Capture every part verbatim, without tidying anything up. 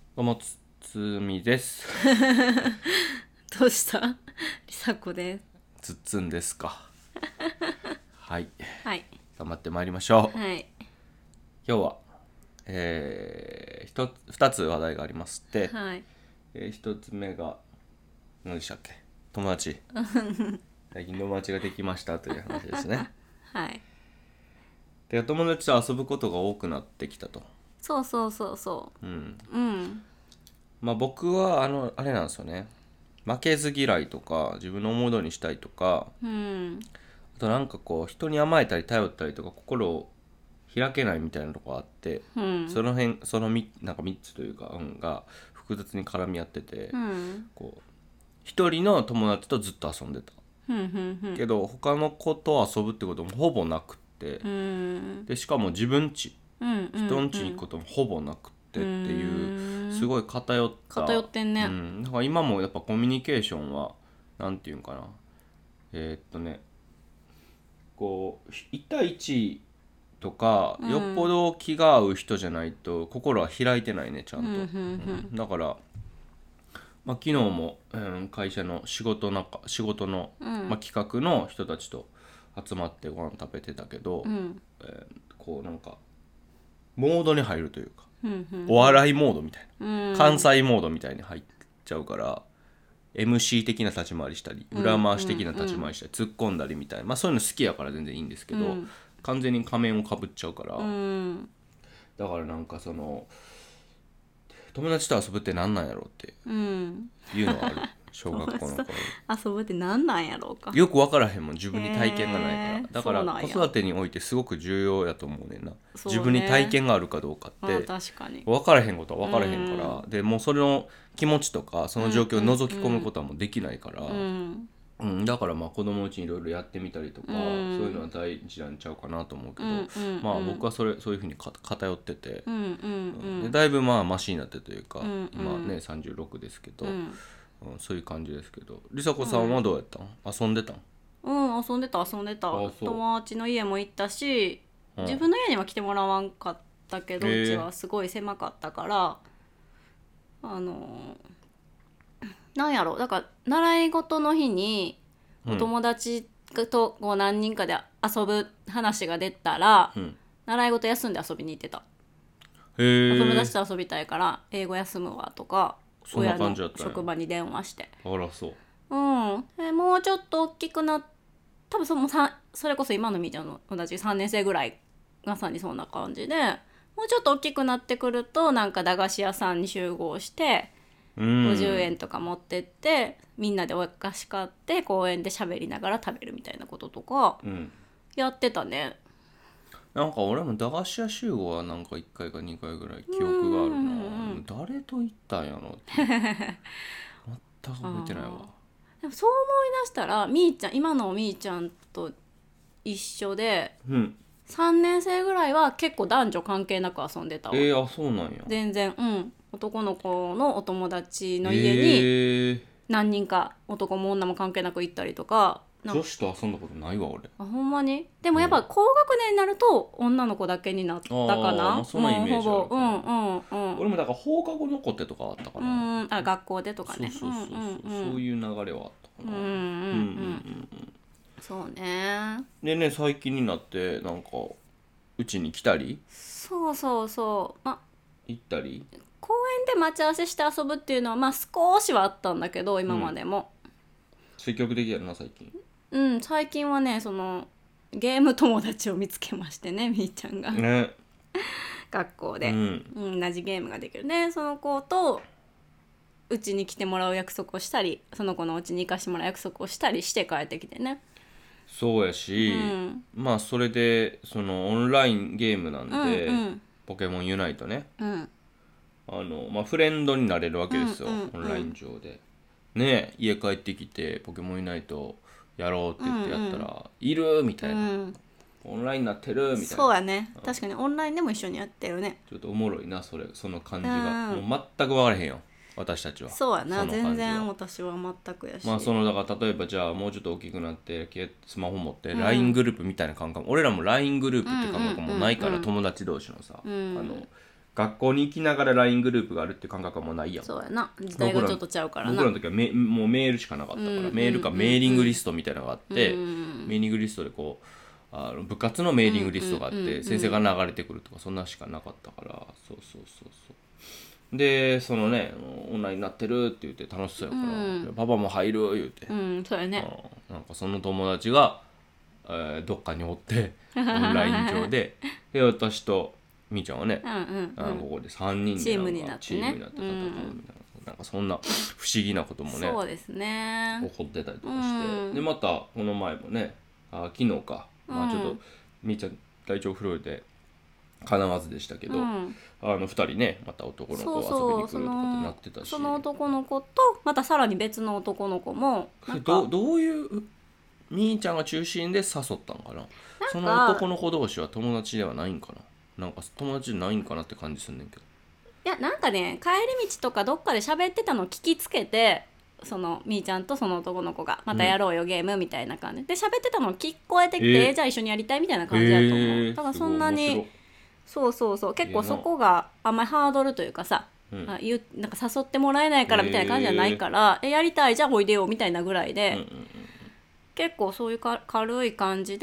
どうもつつみです。 どうした？りさこです。 つっつんですか。はい、 はい。 頑張ってまいりましょう。 はい。 今日は、えー、一つふたつ話題がありまして、 はい。 えー、ひとつめが何でしたっけ、友達最近友達ができましたという話ですね。 はい。 で、友達と遊ぶことが多くなってきたと。 そうそうそうそうん。 う。うん。 まあ僕はあのあれなんですよね、負けず嫌いとか自分の思う通りにしたいとか、 うん。 あとなんかこう人に甘えたり頼ったりとか心を開けないみたいなとこあって、 うん。 その辺そのみなんかみっつというか、うん、が複雑に絡み合ってて、 うん。 こう一人の友達とずっと遊んでたうん。うん。 けど他の子と遊ぶってこともほぼなくって、 うん。 でしかも自分家うん。うん。 人ん家に行くこともほぼなくってうっていうすん。 ごい偏った、 偏ってんね。 うん、だから今もやっぱコミュニケーションはなんていうんかな、えーっとねこういち対いちとかよっぽうん。 ど気が合う人じゃないと心は開いてないねちゃうん。うんと、 ん。 うん、だから、まあ、昨日も、うん、会社の仕事中仕事の、まあ、 うん。 企画の人たちと集まってご飯食べてたけど、 うん。 えーこうなんかモードに入るというか、 うん。うん。 お笑いモードみたいな、 うん。 関西モードみたいに入っちゃうから、 エムシー 的な立ち回りしたりうん。 裏回し的な立ち回りしたり突っ込んだりみたいな、まあそういうの好きやから全然いいんですけど、 うん。 完全に仮面をかぶっちゃうかうら、 ん。 だからなんかその友達と遊ぶってなんなんやろってうん。 いうのはある。小友達と学校の頃遊ぶって何なんやろうか。 よく分からへんもん、自へ分に体験がないから。 え、 だから子そうなんや。 育てにおいてすごく重要やと思うねんな。自そう分に体ね。 験があるかどうかっまあて確かに。 分からへんことはう分からへんかん。 ら、でもうそれの気持ちとかその状況をうんうん覗き込むこうん。 とはもうできないから、 うん。 うん、だからまあ子供のうちにいろいろやってみたりとか、 うそういうのはん。 大事なんちゃうかなと思うけど、 うんうんまあ僕うん。 はそれそういうふうにか偏ってて、 うんうんううんでん。 だいぶまあマシになってというか、 うんう今ねん。 さんじゅうろくですけど、 うん。 うん、そういう感じですけど、梨紗子さんはうん。 どうやったん、遊んでたん？ うん、遊んでた遊んでた。 ああそ友達の家も行ったし、 う。うん。 自分の家には来てもらわんかったけど、うちえはすごい狭かったから、あのなんやろ、だから習い事の日にー、うん。 お友達とこう何人かで遊ぶ話が出たら、 うん。 習い事休んで遊びに行ってた。お友へえ、 達と遊びたいから英語休むわとか、 そんな親の感じだったんや。 職場に電話して、 あらそう。 うんでもうちょっと大きくなっ多分そのさそれこそ今のみーちゃんの同じさんねん生ぐらいまさにそんな感じで、もうちょっと大きくなってくるとなんか駄菓子屋さんに集合してうごじゅうえん。 んとか持ってってみんなでお菓子買って公園で喋りながら食べるみたいなこととかうん。 やってたね。 なんか俺も駄菓子屋集合はなんかいっかいかにかいぐらい記うん憶があるな。 うんうん。 誰と行ったんやろっていう。全く覚えてないわ。 あでもそう思い出したらみーちゃん今のみーちゃんと一緒でうん。 さんねん生ぐらいは結構男女関係なく遊んでたわ。 えー、あ、そうなんや。 全然うん男の子のお友達の家にえー、 何人か男も女も関係なく行ったりとかなんか女子と遊んだことないわ俺。 あほんまにでもやっうん。 ぱ高学年になると女の子だけになったかああ、まあな。 そんなイメージあるかな。 もうほぼうんうんうん俺もだから放課後の子ってとかあったかうな。 んあ学校でとかね。うんうそうそうそうそう、 んそういう流れはあったかな。 うんうんうんううんうんうんんうん。 そうね。 でね、最近になってなんかうちに来たりそうそうそうま行ったり。 公園で待ち合わせして遊ぶっていうのはまあ少しはあったんだけど今まうん。 でも積極的やるな最近。 うん最近はねそのゲーム友達を見つけましてねみーちゃんがね。 学校で、 うん。 うん、同じゲームができるねその子とうちに来てもらう約束をしたりその子のうちに行かしてもらう約束をしたりして帰ってきてね。 そうやうし、 んまあそれでそのオンラインゲームなうんうんで、 んポケモンユナイトね、 うんあのまあフレンドになれるわうんけですよ、 うんオンライン上で。ね、家帰ってきてポケモンユナイトやろうって言ってやったら、いるみうたいな、 んオンラインになってるみたいな。 そうやね確かにオンラインでも一緒にやってるね。 ちょっとおもろいなそれ、その感じうがんもう全く分からへんよ私たちは。 そうやなその全然感じは。 私は全くやし、 まあそのだから例えばじゃあもうちょっと大きくなってけスマホ持ってうんライン グループみたいな感覚、俺らも ライン グループって感覚もないから、 うんうんうんうん友達同士のさ、 うんあの学校に行きながら ライン グループがあるっていう感覚はもうないやん。 そうやな、時代がちょっとちゃうからな。 僕らの時はメもうメールしかなかったから、 うんうんうんうん、 メールかメーリングリストみたいなのがあって、 うんうん、 メーリングリストでこうあの部活のメーリングリストがあって、 うんうんうんうん、 先生が流れてくるとかそんなしかなかったから、そうそうそうそうでそのねオンラインになってるって言って楽しそうやから、うん、パパも入る言うて、 うん、そうやね、 なんかその友達が、えー、どっかにおってオンライン上でで私とみーちゃんはね、 うんうんうん、 あのここでさんにんでチームになってね、 チームになって戦うみたいな、うん、なんかそんな不思議なこともね、 そうですね、 起こってたりとかして、 うん、 でまたこの前もねあ昨日か、まあ、ちょっとみーちゃん体調不良でかなわずでしたけど、うん、あのふたりねまた男の子遊びに来るとかってなってたし、 その男の子とまたさらに別の男の子もなんかど, どういうみーちゃんが中心で誘ったのか な, なその男の子同士は友達ではないんかな、なんか友達じゃないんかなって感じすんねんけど、 いやなんかね帰り道とかどっかで喋ってたのを聞きつけて、そのみーちゃんとその男の子がまたやろうよ、うん、ゲームみたいな感じで喋ってたのを聞こえてきて、えー、じゃあ一緒にやりたいみたいな感じだと思う、えー、だからそんなにそうそうそう結構そこがあんまりハードルというかさ、うん、あ言うなんか誘ってもらえないからみたいな感じじゃないから、えー、えやりたいじゃあおいでよみたいなぐらいで、うんうんうん、結構そういうか軽い感じで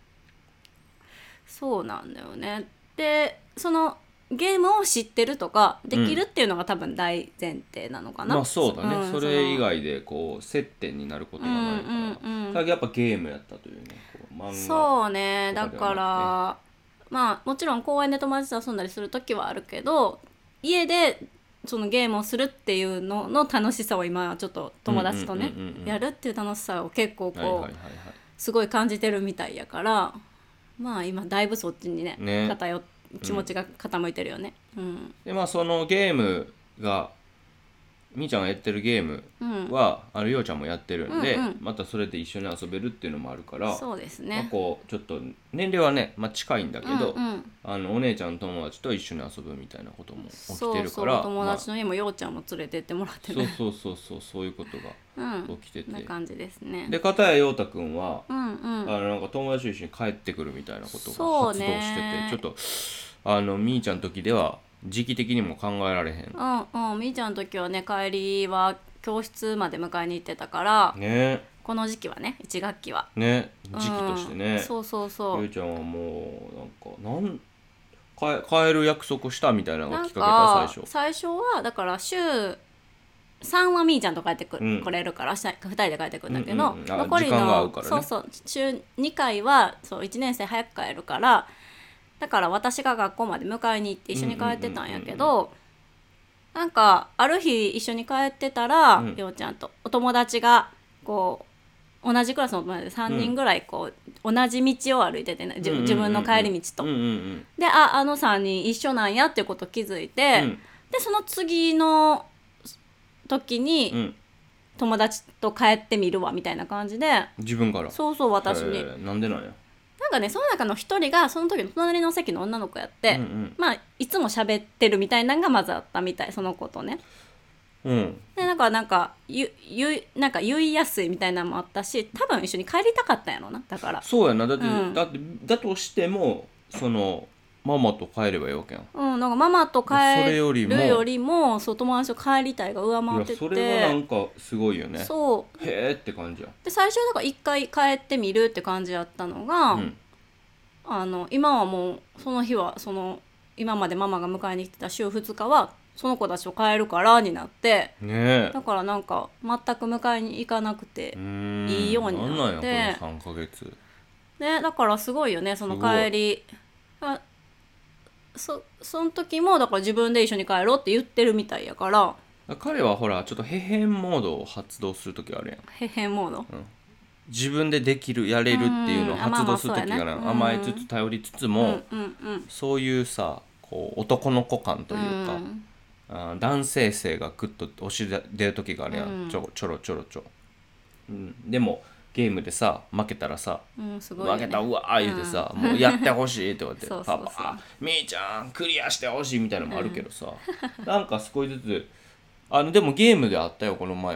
そうなんだよね。でそのゲームを知ってるとかできるっていうのが多分大前提なのかな、 うん、まあそうだね、うん、それ以外でこう接点になることがないから、うんうんうん、やっぱゲームやったというねこう漫画そうねだからまあもちろん公園で友達と遊んだりする時はあるけど家でそのゲームをするっていうのの楽しさを今ちょっと友達とね、うんうんうんうん、やるっていう楽しさを結構こう、はいはいはいはい、すごい感じてるみたいやからまあ今だいぶそっちにね、ね偏って気持ちが傾いてるよね、うん、 でまあそのゲームがみーちゃんがやってるゲームは、うん、あのようちゃんもやってるんで、うんうん、またそれで一緒に遊べるっていうのもあるからそうですね、 まあ、こうちょっと年齢はね、まあ、近いんだけど、 うんうん、 あのお姉ちゃんの友達と一緒に遊ぶみたいなことも起きてるからそうそう友達の家もようちゃんも連れてってもらってね、 まあ、そうそうそうそうそういうことが起きてて、 うん、な感じですね。 で片や陽太くんは、 うんうん、 あのなんか友達と一緒に帰ってくるみたいなことが発動してて、ちょっとあのみーちゃんの時では時期的にも考えられへん。 うんうん、みーちゃんの時はね帰りは教室まで迎えに行ってたから、 ね、 この時期はねいち学期はね時期としてね、 うん、そうそうそうゆうちゃんはもうなんかなんか帰る約束したみたいなのがきっかけか最初最初はだから週さんはみーちゃんと帰ってくる、うん、来れるからふたりで帰ってくるんだけど、うんうんうん、残りの時間が合うからね、そうそう週にかいはそういちねん生早く帰るからだから私が学校まで迎えに行って一緒に帰ってたんやけど、なんかある日一緒に帰ってたら、うん、ようちゃんとお友達がこう同じクラスのお友達でさんにんぐらいこう、うん、同じ道を歩いてて、ね、自分の帰り道と、 うんうんうん、 でああのさんにん一緒なんやっていうこと気づいて、うん、でその次の時に、うん、友達と帰ってみるわみたいな感じで自分からそうそう私になんでなんやなんかねその中の一人がその時の隣の席の女の子やって、うんうん、まあいつも喋ってるみたいなのがまずあったみたいその子とね、 うん、 でなんかなんかゆゆなんか言いやすいみたいなのもあったし多分一緒に帰りたかったんやろなだからそうやなだって、うん、だってだとしてもそのママと帰ればいいわけやん、 うん、なんかママと帰るよりも、よりもそう友達と帰りたいが上回ってていやそれはなんかすごいよねそうへーって感じやで最初だから一回帰ってみるって感じやったのが、うん、あの今はもうその日はその今までママが迎えに来てた週ふつかはその子たちと帰るからになって、 ね、 だからなんか全く迎えに行かなくていいようになって、 なんなんやこのさんかげつ、 ね、だからすごいよねその帰りあそ, その時もだから自分で一緒に帰ろうって言ってるみたいやから彼はほらちょっとへへんモードを発動する時があるやんへへんモード、うん、 自分でできるやれるっていうのを発動する時がある、まあまあね、甘えつつ頼りつつも、うんうんうん、そういうさこう男の子感というか、うんあ男性性がグッと押し出る時があるやん、うん、ちょちょろちょろちょ、うん、でもゲームでさ負けたらさ、 うんすごいね、 負けたうわー言うてさ、うん、もうやってほしいって言われてパパみーちゃんクリアしてほしいみたいなのもあるけどさ、うん、なんか少しずつあのでもゲームであったよこの前も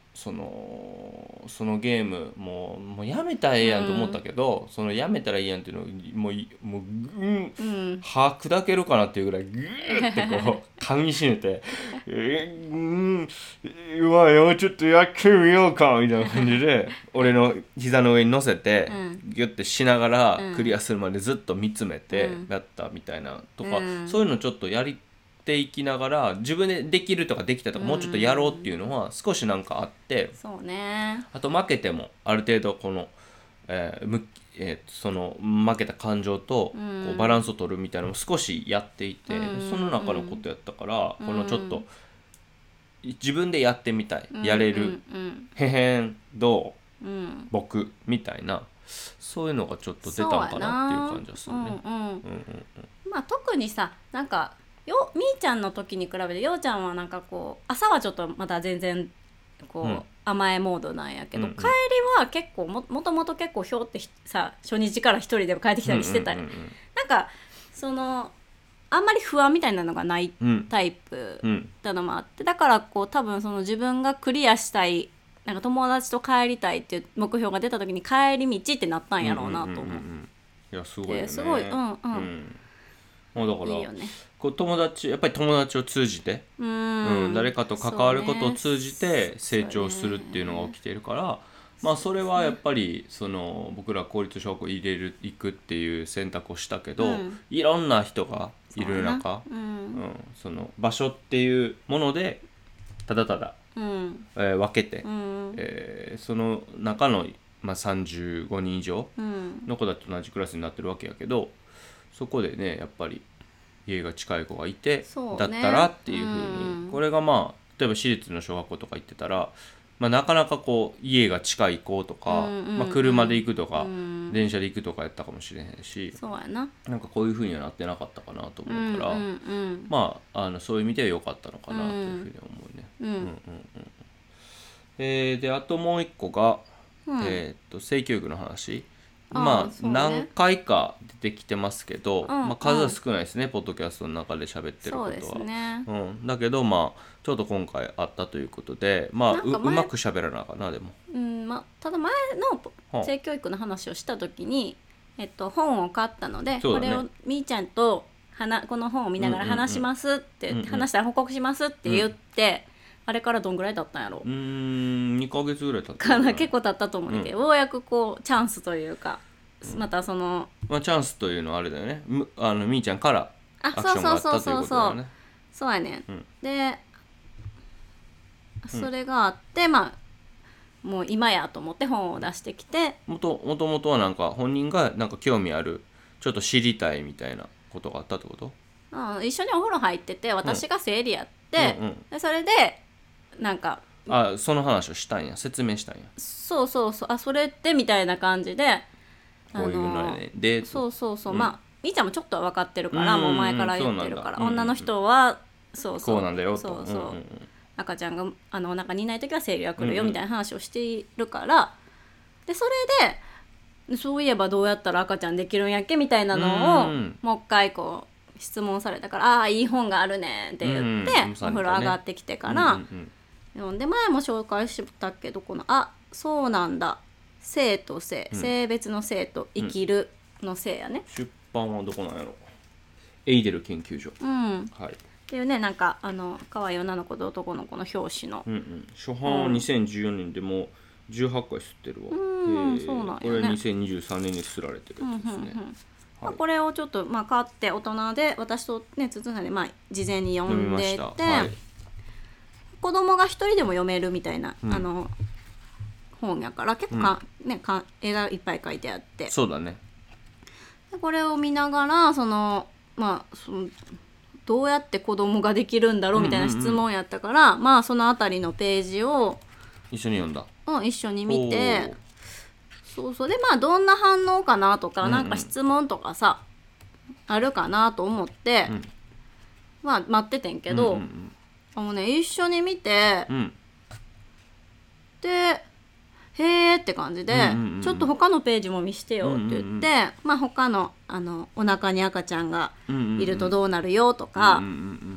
そのそのゲームもう、もうやめたらええやんと思ったけど、うん、そのやめたらいいやんっていうのをもうもううん、うん、歯砕けるかなっていうぐらいグーってこう噛みしめてえうんうわよちょっとやってみようかみたいな感じで俺の膝の上に乗せて、うん、ギュッてしながらクリアするまでずっと見つめてやったみたいなとか、うん、そういうのちょっとやりていきながら自分でできるとかできたとか、うん、もうちょっとやろうっていうのは少しなんかあって、 そうね、 あと負けてもある程度この、えーむえー、その負けた感情とこうバランスを取るみたいなのも少しやっていて、うん、その中のことやったから、うん、このちょっと自分でやってみたい、うん、やれる、うん、へへんどう、うん、僕みたいなそういうのがちょっと出たんかなっていう感じがするね。 まあ特にさなんかよみーちゃんの時に比べてようちゃんはなんかこう朝はちょっとまだ全然こう、うん、甘えモードなんやけど、うんうん、帰りは結構 も, もともと結構ひょうってさ初日から一人で帰ってきたりしてたり、うんうんうんうん、なんかそのあんまり不安みたいなのがないタイプなのもあって、だからこう多分その自分がクリアしたいなんか友達と帰りたいっていう目標が出た時に帰り道ってなったんやろうなと思う、うんうんうんうん、 いやすごいよね、 すごい、うんうん、うん、 もうだからいいよね、こう友達やっぱり友達を通じて、うん、うん、誰かと関わることを通じて成長するっていうのが起きているから、まあそれはやっぱりその僕ら公立小学校入れる行くっていう選択をしたけど、うん、いろんな人がいる中、うんうん、その場所っていうものでただただ、うんえー、分けて、うんえー、その中の、まあ、さんじゅうごにん以上の子たちと同じクラスになってるわけやけど、そこでねやっぱり家が近い子がいて、ね、だったらっていう風に、うん、これがまあ例えば私立の小学校とか行ってたら、まあ、なかなかこう家が近い子とか、うんうんうんまあ、車で行くとか、うん、電車で行くとかやったかもしれへんし、 そうやな、 なんかこういう風にはなってなかったかなと思うから、うんうんうん、まあ、あのそういう意味では良かったのかなという風に思うね、うんうんうんうんえー、であともう一個が、うんえー、と性教育の話、まあ、ね、何回か出てきてますけど、うんまあ、数は少ないですね、うん、ポッドキャストの中で喋ってることは。そうですね、うん、だけどまあちょっと今回あったということで、まあ う, うまく喋らなあかなでも、 うんまあ、ただ前の性教育の話をした時に、えっと、本を買ったので、ね、これをみーちゃんとこの本を見ながら話しますって、うんうんうん、話したら報告しますって言って、うんあれからどんぐらい経ったんやろう。 うーんにかげつぐらい経ったかな。結構経ったと思うんだけど、うん、ようやくこうチャンスというか、うん、またその、 まあ、チャンスというのはあれだよね、あのみーちゃんからアクションがあったということだよね。 そうやね、うん、でそれがあって、うん、まあもう今やと思って本を出してきて、 もともともとはなんか本人がなんか興味あるちょっと知りたいみたいなことがあったってこと？ うん、一緒にお風呂入ってて私が生理やって、うんうんうん、でそれでなんかあその話をしたんや、説明したんや。 そうそうそう、あそれってみたいな感じで、 こういうのねでそうそうそう、うん、まあみーちゃんもちょっとは分かってるから、もう前から言ってるから、うんうん、女の人はそうそうこうなんだよと、 そうそう、うんうんうん、赤ちゃんがあのお腹にいない時は生理が来るよみたいな話をしているから、うんうん、でそれでそういえばどうやったら赤ちゃんできるんやっけみたいなのを、うんうん、もう一回こう質問されたから、ああいい本があるねって言って、うんうん、お風呂上がってきてから、うんうんうん読んで、前も紹介したけどこのあそうなんだ性と性、うん、性別の性と生きるの性やね、 うん、出版はどこなんやろ、エイデル研究所、 うんはい、 っていうね、なんかあの可愛い女の子と男の子の表紙の、 うんうん、初版はにせんじゅうよねんでもうじゅうはっかい吸ってるわ、 うんそうなんやね、 これはにせんにじゅうさんねんに吸られてるやつですね、うんうんうんはいまあ、これをちょっと、まあ、買って大人で私とねつつさんで、まあ、事前に読んでいて、はい子供が一人でも読めるみたいな、うん、あの本やから結構か、うんね、か絵がいっぱい描いてあって、 そうだね、 でこれを見ながらその、まあ、そのどうやって子供ができるんだろうみたいな質問やったから、うんうんうん、まあそのあたりのページを一緒に読んだ、 うん、一緒に見て、そうそうでまあどんな反応かなとか、うんうん、なんか質問とかさあるかなと思って、うん、まあ待っててんけど、うんうんうんあのね、一緒に見て、うん、でへーって感じで、うんうんうん、ちょっと他のページも見してよって言って、うんうんうん、まあ他の、あのお腹に赤ちゃんがいるとどうなるよとか、うんうんうん、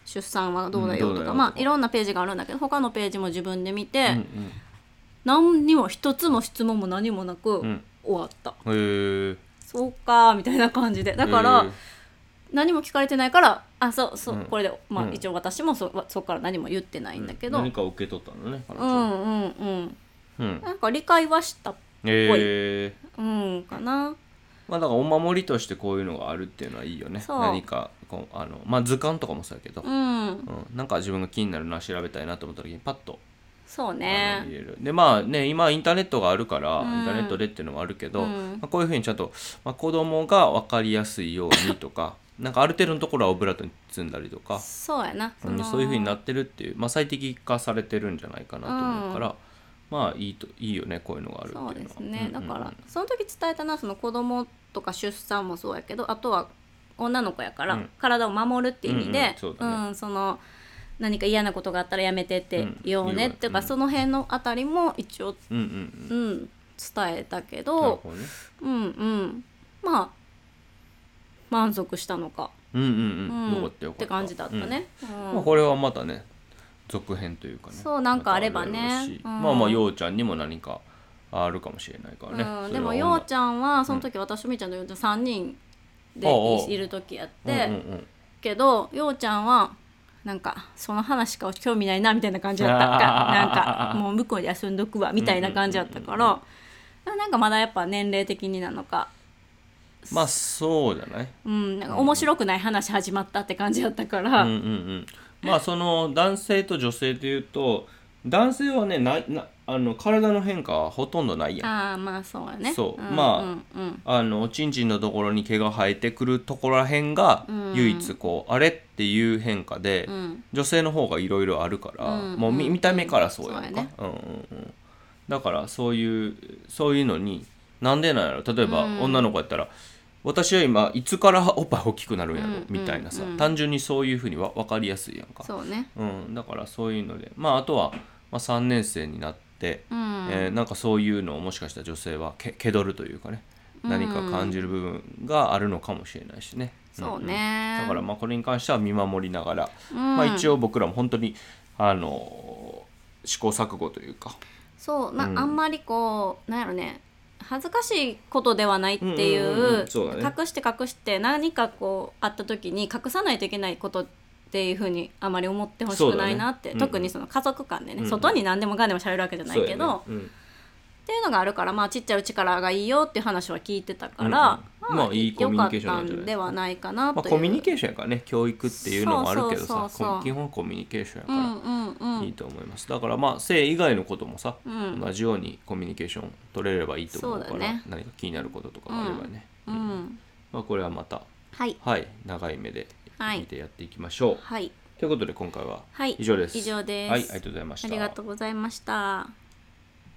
出産はどうだよとか、 うんどうだよとかまあいろんなページがあるんだけど、他のページも自分で見て、 うんうん何にも一つも質問も何もなくうん終わった、 へえそうかみたいな感じで、だから、 へー何も聞かれてないからあそうそう、 うんこれで、まあうん一応私も そ, そこから何も言ってないんだけど、うん、 何か受け取ったのね彼う女はんうんうんなんか理解はしたっぽい、 へえうんかな。 まあだからお守りとしてこういうのがあるっていうのはいいよね。 そう何かこうあのまあ図鑑とかもそうやけど、 うんうんなんか自分が気になるな調べたいなと思った時にパッとそうあのね入れる。でまあね今インターネットがあるから、 うんインターネットでっていうのもあるけど、 うんまあ、こういうふうにちゃんと、まあ、子供が分かりやすいようにとかなんかある程度のところはオブラートに包んだりとか、 そうやなそのうんそういうふうになってるっていう、まあ、最適化されてるんじゃないかなと思うから、まあいいといいよねこういうのがあるっていうのは。 そうですね、 うんうんうんだからその時伝えたな、その子供とか出産もそうやけど、あとは女の子やから、 うん体を守るって意味うんうんで、 そうだねんその何か嫌なことがあったらやめてって言おうねっていうか、 うんその辺のあたりも一応、 うんうんうんうん、伝えたけなるど、 ほどね。 うんうんまあ満足したのか、 うんうんううん、 んよかったよかったって感じだったね、 ううんんまあ、これはまたね続編というかねそうなんかあればねまたあるやろうしうんまあまあようちゃんにも何かあるかもしれないからね、 うん、 それはでもようちゃんはその時、私とみーちゃんとようちゃんさんにんでおうおういる時やって、 うんうんうんけどようちゃんはなんかその話しか興味ないなみたいな感じだったかなんかもう向こうで遊んどくわみたいな感じだったから、なんかまだやっぱ年齢的になのか、 まあそうじゃない、 うん、なんか面白くない話始まったって感じだったから、 うんうんうんまあその男性と女性でいうと男性はねななあの体の変化はほとんどないやん。 ああまあそうやねそう、 んまあ、 うんうんあのおちんちんのところに毛が生えてくるところらへんがうん唯一こう、あれっていう変化で、 うん女性の方がいろいろあるから、 うんもう見見た目からそうやんか、 そうやねうんうんうん、だからそういうそういうのになんでなんやろ、例えば、 うん女の子やったら私は今いつからおっぱい大きくなるんやろ、 うんみたいなさ、 うん単純にそういうふうにわ分かりやすいやんか、 そうねうん、だからそういうのでまああとは、まあ、さんねん生になって、 うんえーなんかそういうのをもしかしたら女性はけ気取るというかね、 うん何か感じる部分があるのかもしれないしね。 そうねんんだからまあこれに関しては見守りながら、 うんまあ、一応僕らも本当にあの試行錯誤というか、 そうな、 うんあんまりこうなんやろね恥ずかしいことではないっていうんうんうんううんそうだね隠して隠して何かこうあった時に隠さないといけないことっていうふうにあまり思ってほしくないなって、 そうだねうんうん特にその家族間でね、 うんうん外に何でもかんでもしゃべるわけじゃないけど、 そうやねうんっていうのがあるから、まあちっちゃいうちからがいいよっていう話は聞いてたから、 うんうんまあいいコミュニケーションなんじゃない良かったんではないかなまあ、 という、 コミュニケーションやからね、教育っていうのもあるけどさ、 そうそうそうそうこ基本コミュニケーションやから、 うんうんうんいいと思います。だからまあ性以外のこともさ、 うん同じようにコミュニケーション取れればいいと思うから、 そうだね何か気になることとかがあればね、 うんまあ、これはまたはいはい長い目ではい見てやっていきましょう、 はいということで今回ははい以上です。 以上ですはい、ありがとうございました。 ありがとうございました。